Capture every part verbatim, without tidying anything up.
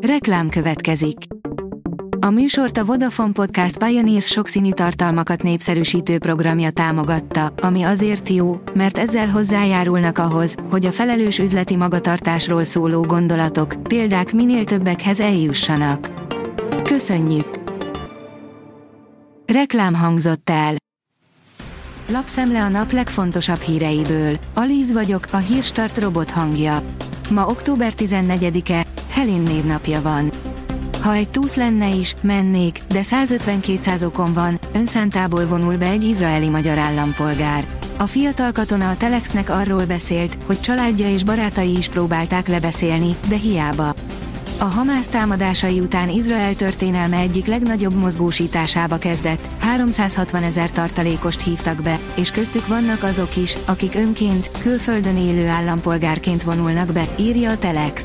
Reklám következik. A műsort a Vodafone Podcast Pioneers sokszínű tartalmakat népszerűsítő programja támogatta, ami azért jó, mert ezzel hozzájárulnak ahhoz, hogy a felelős üzleti magatartásról szóló gondolatok, példák minél többekhez eljussanak. Köszönjük! Reklám hangzott el. Lapszemle a nap legfontosabb híreiből. Alíz vagyok, a Hírstart robot hangja. Ma október tizennegyedike, Helin névnapja van. Ha egy túsz lenne is, mennék, de százötven-kétszáz okom van, önszántából vonul be egy izraeli magyar állampolgár. A fiatal katona a Telexnek arról beszélt, hogy családja és barátai is próbálták lebeszélni, de hiába. A Hamász támadásai után Izrael történelme egyik legnagyobb mozgósításába kezdett, háromszázhatvanezer tartalékost hívtak be, és köztük vannak azok is, akik önként, külföldön élő állampolgárként vonulnak be, írja a Telex.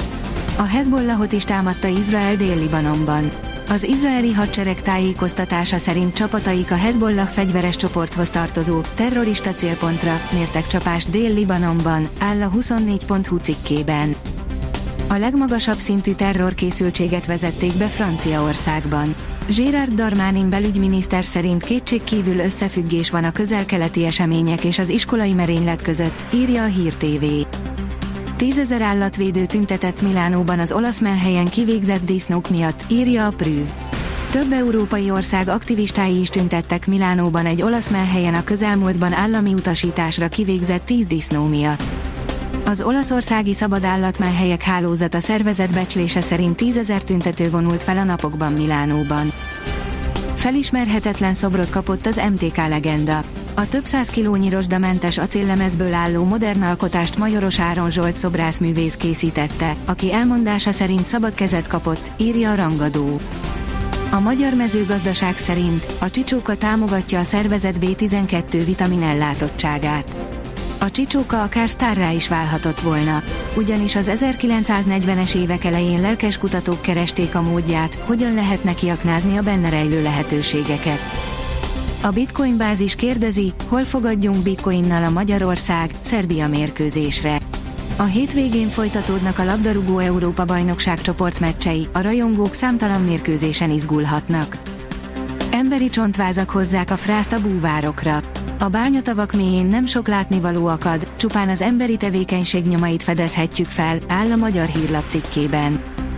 A Hezbollahot is támadta Izrael Dél-Libanonban. Az izraeli hadsereg tájékoztatása szerint csapataik a Hezbollah fegyveres csoporthoz tartozó, terrorista célpontra mértek csapást Dél-Libanonban, áll a huszonnégy pont hu cikkében. A legmagasabb szintű terrorkészültséget vezették be Franciaországban. Gérard Darmanin belügyminiszter szerint kétségkívül összefüggés van a közel-keleti események és az iskolai merénylet között, írja a Hír té vé. Tízezer állatvédő tüntetett Milánóban az olasz menhelyen kivégzett disznók miatt, írja a Prű. Több európai ország aktivistái is tüntettek Milánóban egy olasz menhelyen a közelmúltban állami utasításra kivégzett tíz disznó miatt. Az olaszországi szabadállatmenhelyek hálózata szervezett becslése szerint tízezer tüntető vonult fel a napokban Milánóban. Felismerhetetlen szobrot kapott az em té ká legenda. A több száz kilónyi rozsdamentes acéllemezből álló modern alkotást Majoros Áron Zsolt szobrászművész készítette, aki elmondása szerint szabad kezet kapott, írja a Rangadó. A magyar mezőgazdaság szerint a csicsóka támogatja a szervezet bé tizenkettő vitamin ellátottságát. A csicsóka akár sztárrá is válhatott volna, ugyanis az ezerkilencszáznegyvenes évek elején lelkes kutatók keresték a módját, hogyan lehetne kiaknázni a benne rejlő lehetőségeket. A Bitcoin bázis kérdezi, hol fogadjunk bitcoinnal a Magyarország, Szerbia mérkőzésre. A hétvégén folytatódnak a labdarúgó Európa-bajnokság csoportmeccsei, a rajongók számtalan mérkőzésen izgulhatnak. Emberi csontvázak hozzák a frászt a búvárokra. A bányatavak mélyén nem sok látnivaló akad, csupán az emberi tevékenység nyomait fedezhetjük fel, áll a Magyar Hírlap cikkében.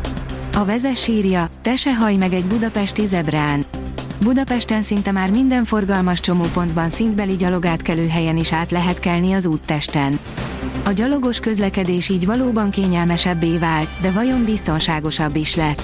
A Vezes írja, te se hajj meg egy budapesti zebrán. Budapesten szinte már minden forgalmas csomópontban szintbeli gyalogátkelőhelyen is át lehet kelni az úttesten. A gyalogos közlekedés így valóban kényelmesebbé vált, de vajon biztonságosabb is lett?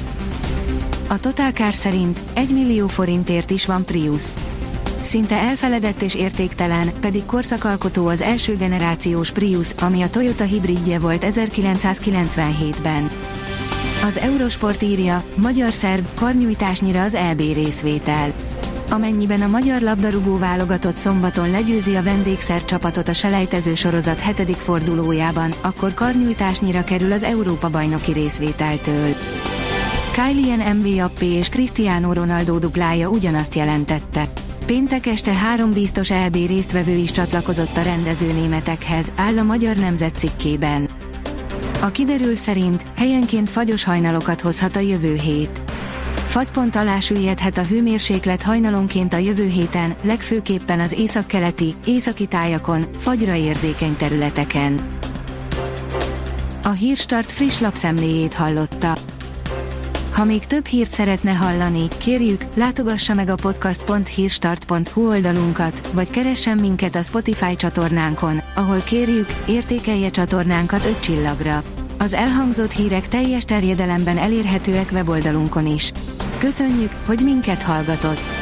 A Total Car szerint egy millió forintért is van Prius. Szinte elfeledett és értéktelen, pedig korszakalkotó az első generációs Prius, ami a Toyota hibridje volt ezerkilencszázkilencvenhétben. Az Eurosport írja, magyar-szerb, karnyújtásnyira az é bé részvétel. Amennyiben a magyar labdarúgó válogatott szombaton legyőzi a vendégszerb csapatot a selejtező sorozat hetedik fordulójában, akkor karnyújtásnyira kerül az Európa-bajnoki részvételtől. Kylian Mbappé és Cristiano Ronaldo duplája ugyanazt jelentette. Péntek este három biztos é bé résztvevő is csatlakozott a rendező németekhez, áll a Magyar Nemzet cikkében. A kiderül szerint helyenként fagyos hajnalokat hozhat a jövő hét. Fagypont alá süllyedhet a hőmérséklet hajnalonként a jövő héten, legfőképpen az északkeleti, északi tájakon, fagyra érzékeny területeken. A Hírstart friss lapszemléjét hallotta. Ha még több hírt szeretne hallani, kérjük, látogassa meg a podcast pont hírstart pont hu oldalunkat, vagy keressen minket a Spotify csatornánkon, ahol kérjük, értékelje csatornánkat öt csillagra. Az elhangzott hírek teljes terjedelemben elérhetőek weboldalunkon is. Köszönjük, hogy minket hallgatott!